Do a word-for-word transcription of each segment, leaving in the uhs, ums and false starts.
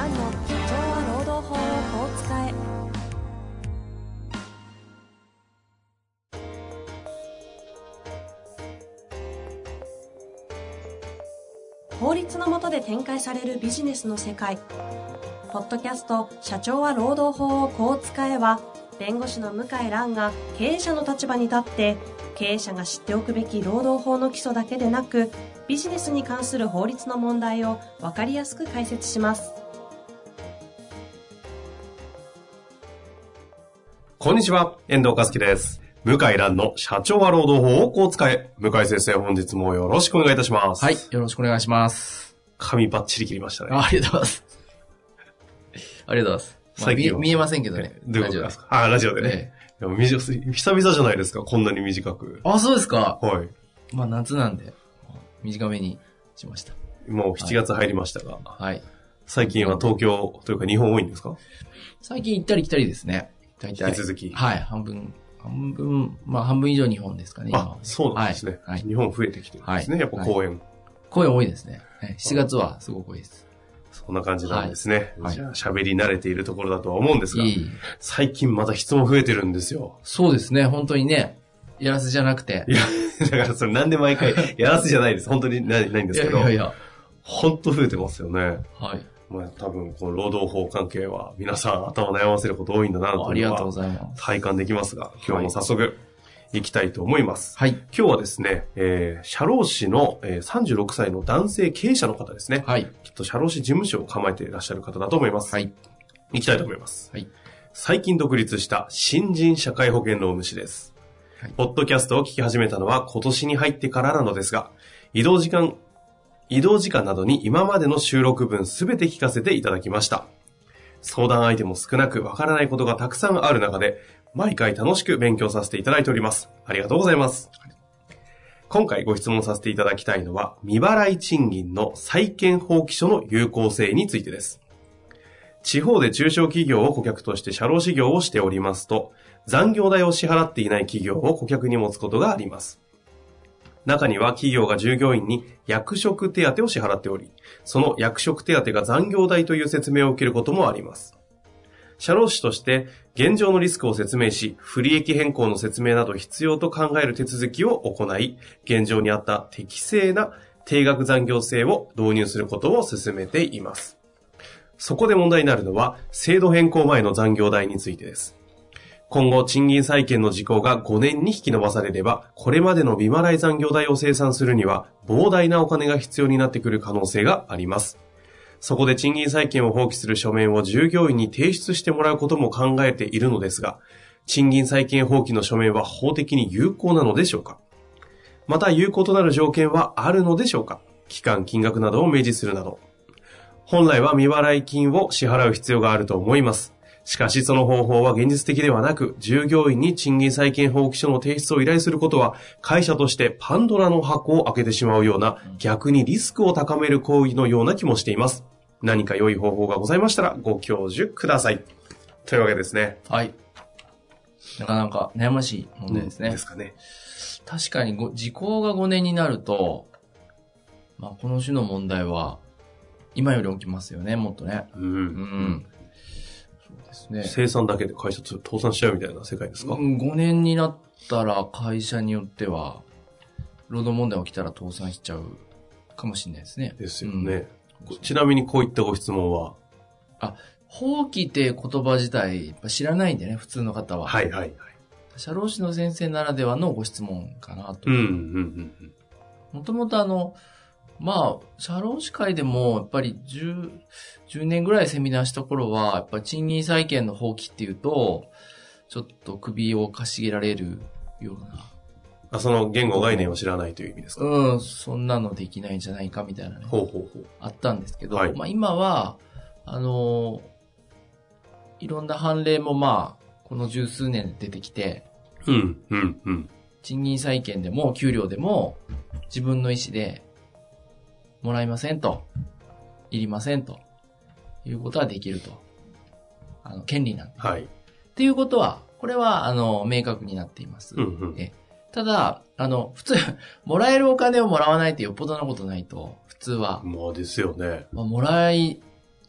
蘭の社長は労働法をこう使え。法律の下で展開されるビジネスの世界。ポッドキャスト社長は労働法をこう使えは、弁護士の向井蘭が経営者の立場に立って経営者が知っておくべき労働法の基礎だけでなく、ビジネスに関する法律の問題を分かりやすく解説します。 こんにちは、遠藤和樹です。向井蘭の社長は労働法をこう使え。向井先生、本日もよろしくお願いいたします。 はい、よろしくお願いします。 髪バッチリ切りましたね。 あ、ありがとうございます。ありがとうございます。まあ、見, 見えませんけどね。 どういうことですか？あ、ラジオでね。ええ、でも短久々じゃないですか、こんなに短く。 あ、そうですか。 はい。 まあ夏なんで、短めにしました。 もうしちがつ入りましたが。 はい。 最近は東京というか日本多いんですか？ 最近行ったり来たりですね。大体。 引き続き。 はい、半分。半分、まあ半分以上日本ですかね。 あ、そうなんですね。はい。日本増えてきてるんですね。はい、やっぱ公演、はい。 公演多いですね。しちがつはすごく多いです。 そんな感じなんですね。はい、じゃあ喋り慣れているところだとは思うんですが、 いい最近また質問増えてるんですよ。 そうですね。本当にね、やらせじゃなくて。 いや、だからそれなんで毎回やらせじゃないです。本当にないないんですけど。 いやいやいや。 本当増えてますよね。 はい。 まあ多分この労働法関係は皆さん頭悩ませること多いんだなというのはありがとうございます。 体感できますが、今日も早速行きたいと思います。 はい。 今日はですね、えー、社労士の、えー、さんじゅうろくさいの男性経営者の方ですね。 はい。 きっと社労士事務所を構えていらっしゃる方だと思います。 はい。 行きたいと思います。 はい。 最近独立した新人社会保険労務士です。はい。ポッドキャストを聞き始めたのは今年に入ってからなのですが、移動時間、移動時間などに今までの収録分すべて聞かせていただきました。相談相手も少なくわからないことがたくさんある中で、毎回楽しく勉強させていただいております。ありがとうございます。今回ご質問させていただきたいのは、未払い賃金の債権放棄書の有効性についてです。地方で中小企業を顧客として社労士業をしておりますと、残業代を支払っていない企業を顧客に持つことがあります。中には企業が従業員に役職手当を支払っており、その役職手当が残業代という説明を受けることもあります。社労士として現状のリスクを説明し、不利益変更の説明など必要と考える手続きを行い、現状に合った適正な定額残業制を導入することを進めています。そこで問題になるのは、制度変更前の残業代についてです。今後、賃金債権の時効がごねんに引き延ばされれば、これまでの未払い残業代を清算するには、膨大なお金が必要になってくる可能性があります。そこで賃金債権を放棄する書面を従業員に提出してもらうことも考えているのですが、賃金債権放棄の書面は法的に有効なのでしょうか？また有効となる条件はあるのでしょうか？期間、金額などを明示するなど。本来は未払い金を支払う必要があると思います。しかしその方法は現実的ではなく、従業員に賃金債権放棄書の提出を依頼することは、会社としてパンドラの箱を開けてしまうような、逆にリスクを高める行為のような気もしています。何か良い方法がございましたらご教授ください。というわけですね。 はい。なかなか悩ましい問題ですね。 うん、ですかね。 確かにご時効がごねんになると、まあこの種の問題は今より起きますよね、もっとね。 うん。うん。 そうですね。 生産だけで会社倒産しちゃうみたいな世界ですか？ うん、ごねんになったら会社によっては労働問題起きたら倒産しちゃうかもしれないですね。 ですよね。うん、ちなみにこういったご質問は、 あ、放棄って言葉自体知らないんでね、普通の方は。 はいはいはい。 社労士の先生ならではのご質問かなと。 うんうんうんうん。 もともとあの、まあ、社労士会でもやっぱりじゅう、じゅうねんぐらいセミナーした頃は、やっぱり賃金債権の放棄っていうと、ちょっと首をかしげられるような。 あ、その言語概念を知らないという意味ですか？ うん、そんなのできないんじゃないかみたいなね。 ほうほうほう。 あったんですけど、 はい、 まあ今は、あの、いろんな判例もまあ、この十数年で出てきて、 うん、うん、うん。 賃金債権でも給料でも自分の意思でもらいませんと、いりませんということはできると。あの、権利なんで。 はい。 っていうことは、これは、あの、明確になっています。 うんうん、 えただ、あの、普通、もらえるお金をもらわないってよっぽどなことないと、普通は。 まあですよね。 まあ、もらい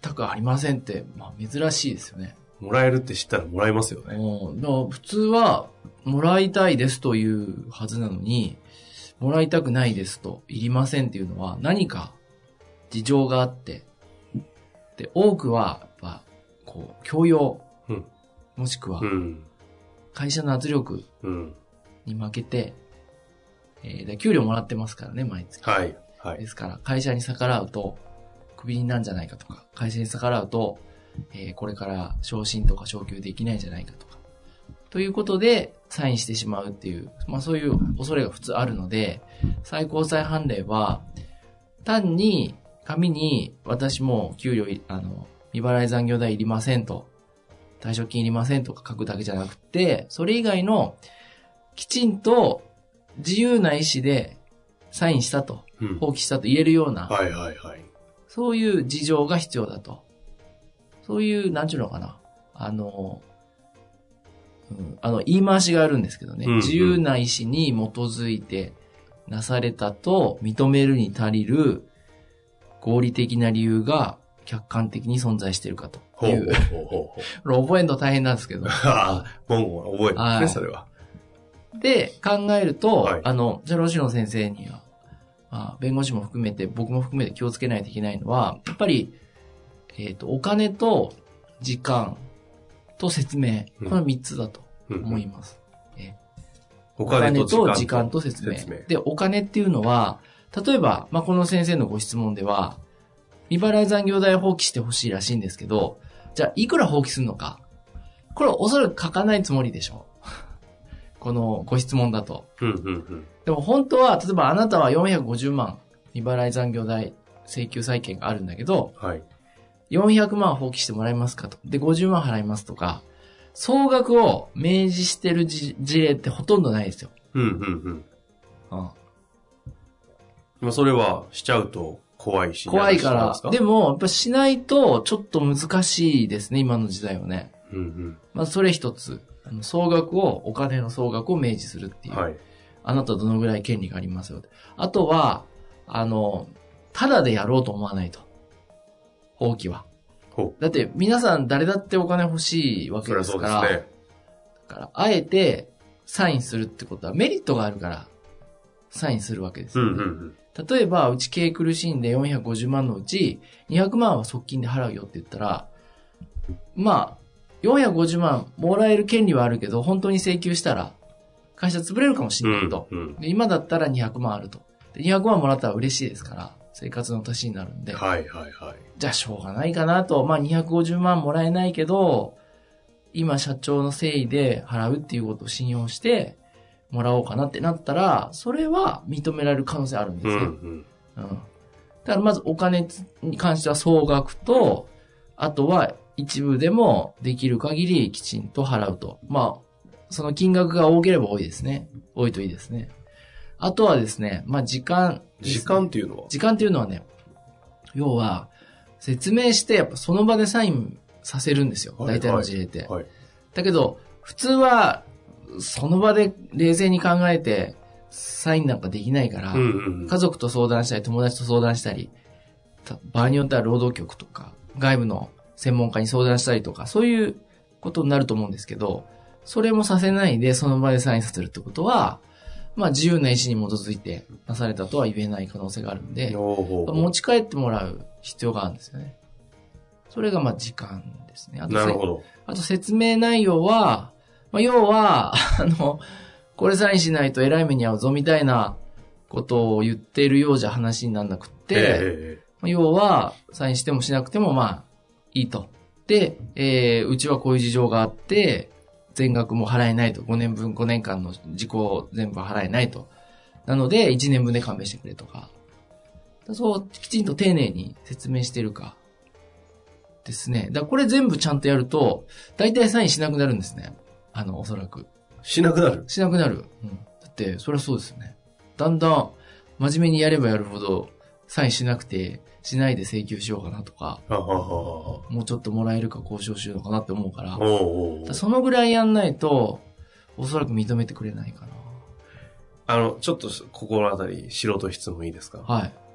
全くありませんって、まあ珍しいですよね。 もらえるって知ったらもらえますよね。 うん。だから普通は、もらいたいですというはずなのに、もらいたくないですと、いりませんっていうのは何か事情があって、で、多くは、やっぱ、こう、強要、うん、もしくは、会社の圧力に負けて、うん、えー、で給料もらってますからね、毎月。 はい。はい。 ですから、会社に逆らうと、クビになるんじゃないかとか、会社に逆らうと、えー、これから昇進とか昇給できないんじゃないかとか、ということで、サインしてしまうっていう、まあそういう恐れが普通あるので、最高裁判例は、単に紙に私も給料、あの、未払い残業代いりませんと、退職金いりませんとか書くだけじゃなくて、それ以外のきちんと自由な意思でサインしたと、うん、放棄したと言えるような、 はいはいはい、 そういう事情が必要だと。そういう、なんちゅうのかな、あの、うん、あの、言い回しがあるんですけどね、うんうん、自由な意思に基づいてなされたと認めるに足りる合理的な理由が客観的に存在しているかという。ほうほうほうほう覚えるの大変なんですけど。 文言は覚えるんですね、はい、それは。 で、考えると、はい、あの、社労士の先生には、まあ、弁護士も含めて、僕も含めて気をつけないといけないのは、やっぱり、えっと、お金と時間と説明、うん、この三つだと思います。うんえお金と時間と説明。で、お金っていうのは、例えば、まあ、この先生のご質問では、未払い残業代を放棄してほしいらしいんですけど、じゃあ、いくら放棄するのか。これおそらく書かないつもりでしょう。このご質問だと。 うんうんうん、 でも本当は、例えばあなたはよんひゃくごじゅうまん未払い残業代請求債権があるんだけど、 はい、 よんひゃくまん放棄してもらえますかと。で、ごじゅうまん払いますとか、総額を明示してる事例ってほとんどないですよ。 うんうんうん。ああまあ、それはしちゃうと怖いし。 怖いから。でも、やっぱしないとちょっと難しいですね、今の時代はね。 うんうん。 まあ、それ一つ。あの総額を、お金の総額を明示するっていう。 はい。 あなたどのぐらい権利がありますよ。あとは、あの、ただでやろうと思わないと。放棄は。だって皆さん誰だってお金欲しいわけですから。 そりゃそうですね。 だから、あえてサインするってことはメリットがあるからサインするわけですよね。 うんうんうん、 例えば、うち経営苦しいんでよんひゃくごじゅうまんのうちにひゃくまんは即金で払うよって言ったら、まあ、よんひゃくごじゅうまんもらえる権利はあるけど、本当に請求したら会社潰れるかもしれないと。 うんうん、 で今だったらにひゃくまんあると。でにひゃくまんもらったら嬉しいですから、生活の足しになるんで。 はいはいはい。 じゃあしょうがないかなと。まあにひゃくごじゅうまんもらえないけど、今社長の誠意で払うっていうことを信用してもらおうかなってなったら、それは認められる可能性あるんですよ。 うんうんうん、だからまずお金に関しては総額と、あとは一部でもできる限りきちんと払うと。まあ、その金額が多ければ多いですね。多いといいですね。あとはですね、まあ時間、ね。 時間っていうのは時間っていうのはね、要は、説明して、やっぱその場でサインさせるんですよ。はい、大体の事例って、 はい。 だけど、普通は、その場で冷静に考えて、サインなんかできないから、 うんうんうん、 家族と相談したり、友達と相談したり、場合によっては労働局とか、外部の専門家に相談したりとか、そういうことになると思うんですけど、それもさせないで、その場でサインさせるってことは、まあ自由な意思に基づいてなされたとは言えない可能性があるんで、持ち帰ってもらう必要があるんですよね。それがまあ時間ですね。あとなるほど。 あと説明内容は、まあ、要は、あの、これサインしないと偉い目に遭うぞみたいなことを言っているようじゃ話にならなくって、 えーまあ、要は、サインしてもしなくてもまあいいと。で、えー、うちはこういう事情があって、全額も払えないと。ごねんぶん、ごねんかんの時効全部払えないと。なので、いちねんぶんで勘弁してくれとか。そう、きちんと丁寧に説明してるか。ですね。だからこれ全部ちゃんとやると、大体サインしなくなるんですね。あの、おそらく。 しなくなる？ しなくなる。うん。だって、それはそうですよね。だんだん、真面目にやればやるほど、サインしなくて、しないで請求しようかなとか、 はははもうちょっともらえるか交渉しようかなって思うから、 おうおうおうそのぐらいやんないと、おそらく認めてくれないかな。 あの、ちょっと、ここのあたり、素人質問いいですか？ はい。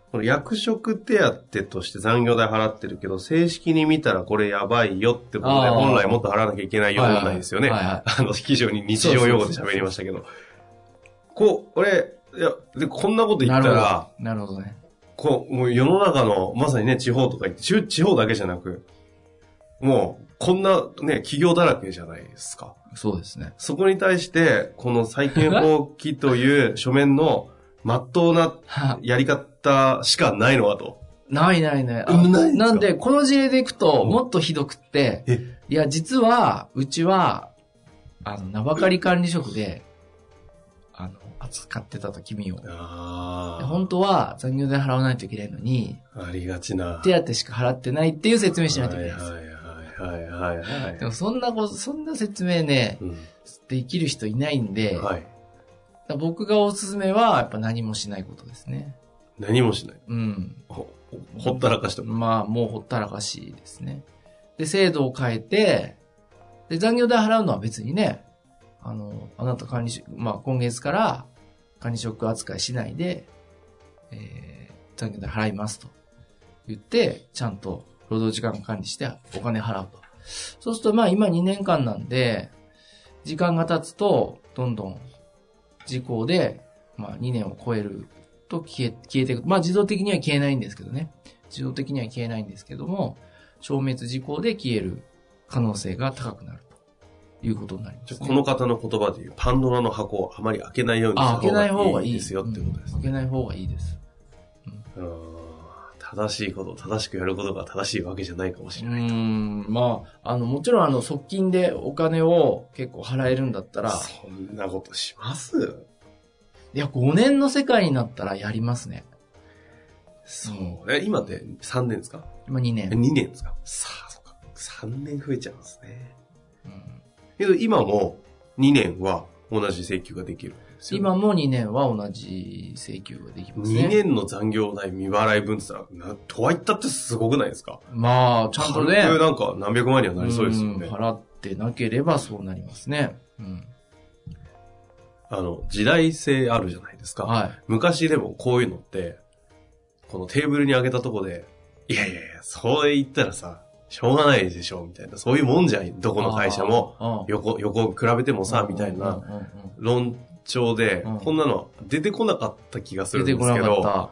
この役職手当として残業代払ってるけど、正式に見たらこれやばいよってことで、本来もっと払わなきゃいけないよ問題ですよね。 はいはいはいあの、非常に日常用語で喋りましたけど。こう、俺、いや、で、こんなこと言ったら、 なるほど、なるほどね。 こう、もう世の中の、まさにね、地方とか言って、地地方だけじゃなく、もう、こんなね、企業だらけじゃないですか。 そうですね。 そこに対して、この債権放棄という書面の、まっとうなやり方しかないのかと。 ないないない。 うんないんですかなんで、この事例でいくと、もっとひどくって、 えいや、実は、うちは、あの、名ばかり管理職で、あの、扱ってたと、君を。 あ本当は残業代払わないといけないのに、 あ。ありがちな。 手当しか払ってないっていう説明しないといけないんですよ。 はいはいはいはいはい、はい。 でもそんなこと、そんな説明ね、 うん、 できる人いないんで、 はい。 僕がおすすめは、やっぱ何もしないことですね。 何もしない。 うん。 ほ、ほったらかしとか。 まあ、もうほったらかしですね。で、制度を変えて、で、残業代払うのは別にね、あの、あなた管理職、まあ今月から管理職扱いしないで、えー、残業代払いますと言って、ちゃんと労働時間管理してお金払うと。そうするとまあ今にねんかんなんで、時間が経つと、どんどん時効で、まあにねんを超えると消え、消えていく。まあ自動的には消えないんですけどね。自動的には消えないんですけども、消滅時効で消える可能性が高くなるということになります、ね。 この方の言葉でいうパンドラの箱をあまり開けないようにした方がいいですよっていうことです、 ね。開けない方がいいです。 うん、正しいこと、正しくやることが正しいわけじゃないかもしれない。 うーん、まあ、あの、もちろんあの、側近でお金を結構払えるんだったら。 そんなことします？ いや、ごねんの世界になったらやりますね。 そう。え、今ってさんねんですか？ 今にねん。 にねんですか？さあ、そっか。さんねん増えちゃうんですね。うん。けど今もにねんは同じ請求ができるんですよ、ね。 今もにねんは同じ請求ができますね。 にねんの残業代未払い分って言ったら、とは言ったってすごくないですか？ まあ、ちゃんとね。 なんか何百万にはなりそうですよね。 払ってなければそうなりますね。うん。 あの、時代性あるじゃないですか。 はい。 昔でもこういうのって、このテーブルに上げたとこで、いやいやいや、それ言ったらさ、しょうがないでしょ、みたいな。そういうもんじゃん。どこの会社も、横、横比べてもさ、みたいな論調で、こんなの出てこなかった気がするんですけど、出てこなかった。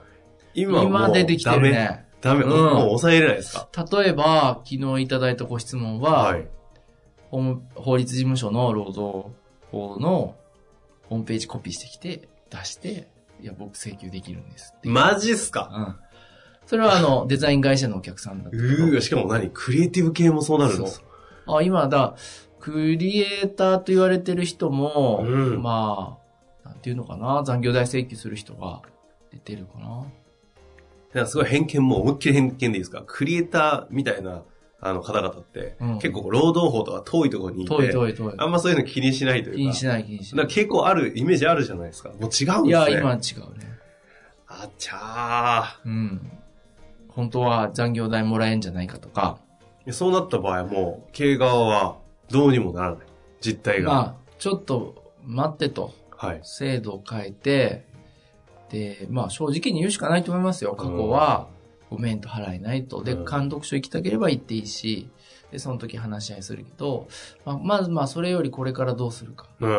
今もう今出てきてるね。 ダメ、ダメ、うん、もう抑えれないですか？ 例えば、昨日いただいたご質問は、はい、法, 法律事務所の労働法のホームページコピーしてきて、出して、いや、僕請求できるんですって。 マジっすか？ うん。それはあの、デザイン会社のお客さんだった。 うー、しかも何？クリエイティブ系もそうなるの？ あ、今だ、クリエイターと言われてる人も、うん、まあ、なんていうのかな、残業代請求する人が出てるかな。 だからすごい偏見も思いっきり偏見でいいですか？クリエイターみたいな、あの方々って、うん、結構労働法とか遠いところにいて、 遠い遠い遠い。 あんまそういうの気にしないというか。 気にしない気にしない。 なんか結構ある、イメージあるじゃないですか。もう違うんですね。 いや、今は違うね。 あっちゃー。うん。本当は残業代もらえんじゃないかとか。 そうなった場合はもう、経営側はどうにもならない。実態が。 まあ、ちょっと待ってと。 はい。 制度を変えて、で、まあ正直に言うしかないと思いますよ。過去は、ごめんと払えないと。で、監督署行きたければ行っていいし、で、その時話し合いするけど、まあ、まずまあ、それよりこれからどうするか。 うん。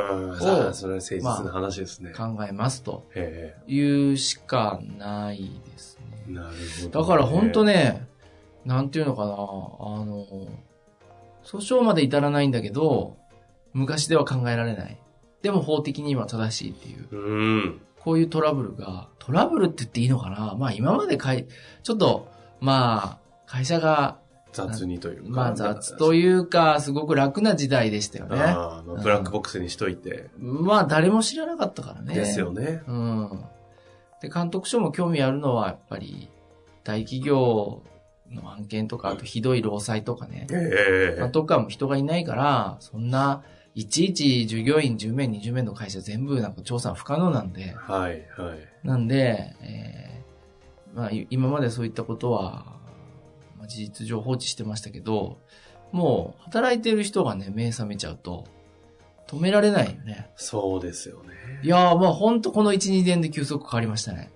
それは誠実な話ですね。 まあ、考えますと。いうしかないですね。 なるほど、ね。 だから本当ね、なんていうのかな、あの、訴訟まで至らないんだけど、昔では考えられない。でも法的には正しいっていう。 うん。 こういうトラブルが、トラブルって言っていいのかな？まあ今までかい、ちょっと、まあ、会社が、 雑にというか。 まあ雑というか、すごく楽な時代でしたよね。 ああ、ブラックボックスにしといて、 うん。まあ誰も知らなかったからね。 ですよね。 うん。で、監督署も興味あるのはやっぱり、大企業の案件とか、あとひどい労災とかね。 ええー。 監督官も人がいないから、そんな、いちいち従業員じゅうめん、にじゅうめんの会社全部なんか調査不可能なんで。 はい、はい。 なんで、えー、まあ今までそういったことは、まあ、事実上放置してましたけど、もう働いてる人がね、目覚めちゃうと、止められないよね。 そうですよね。 いやー、まあほんとこのいち、にねんで急速変わりましたね。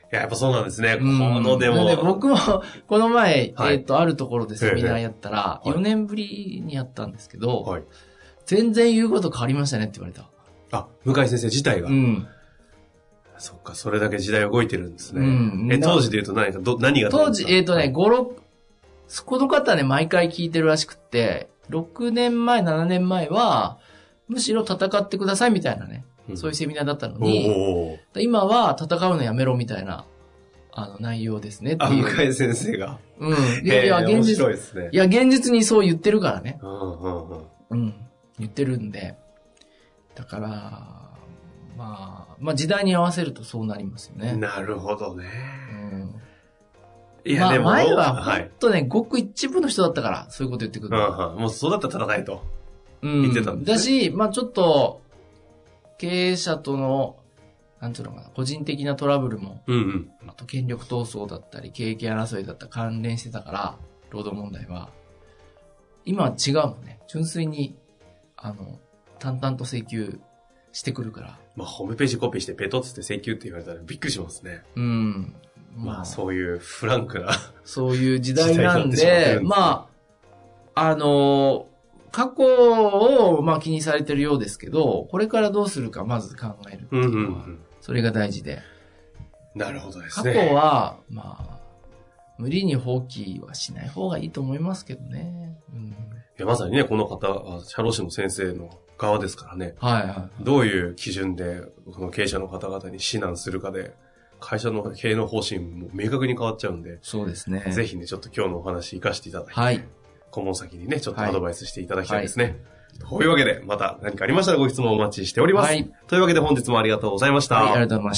や、やっぱそうなんですね。 うん、 このでも。 で僕も、この前、 はい、 えっと、あるところでセミナーやったら、 ええ、 よねんぶりにやったんですけど、 はい、 全然言うこと変わりましたねって言われた。 あ、向井先生自体が。 うん。 そっか、それだけ時代動いてるんですね。 うん、 え、当時で言うと何か、ど、何が当時、えっ、ー、とね、ご、ろく、この方ね、毎回聞いてるらしくって、ろくねんまえ、ななねんまえは、むしろ戦ってくださいみたいなね、うん、そういうセミナーだったのに、今は戦うのやめろみたいな、あの、内容ですねっていう。 あ、向井先生が。 うん。いやいや、現実、 面白いですね。 いや、現実にそう言ってるからね。 うんうんうん。 うん。言ってるんで。だから、まあ、まあ時代に合わせるとそうなりますよね。 なるほどね。 うん。 いや、まあ、でも。 前は、ほんとね、はい、ごく一部の人だったから、そういうこと言ってくる。 うんうん。もうそうだったら戦えと。言ってたんですね。 だし、まあちょっと、経営者との、なんていうのかな、個人的なトラブルも、 うんうん、 あと権力闘争だったり、経営争いだったり関連してたから、労働問題は。今は違うもんね。純粋に、あの、淡々と請求してくるから。 まあ、ホームページコピーしてペトッつって請求って言われたらびっくりしますね。 うん。 まあ、まあ、そういうフランクな。 そういう時代なんで、でまあ、あの、過去を、まあ、気にされてるようですけど、これからどうするかまず考えるっていうのは、うんうんうん、それが大事で。 なるほどですね。 過去は、まあ、無理に放棄はしない方がいいと思いますけどね。うん、いやまさにね、この方、社労士の先生の側ですからね。 はいはい。 どういう基準で、この経営者の方々に指南するかで、会社の経営の方針も明確に変わっちゃうんで。 そうですね。 ぜひね、ちょっと今日のお話活かしていただいて。 はい。 顧問先にね、ちょっとアドバイスしていただきたいですね。はいはい、というわけで、また何かありましたらご質問お待ちしております。はい。というわけで本日もありがとうございました。 はい、ありがとうございました。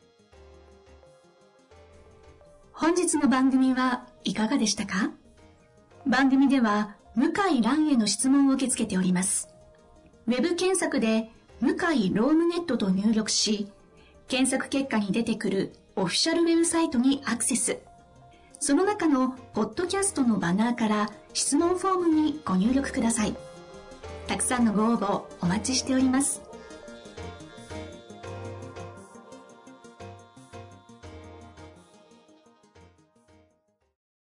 本日の番組はいかがでしたか？番組では向井蘭への質問を受け付けております。ウェブ検索で向井ロームネットと入力し、検索結果に出てくるオフィシャルウェブサイトにアクセス。その中のポッドキャストのバナーから質問フォームにご入力ください。たくさんのご応募お待ちしております。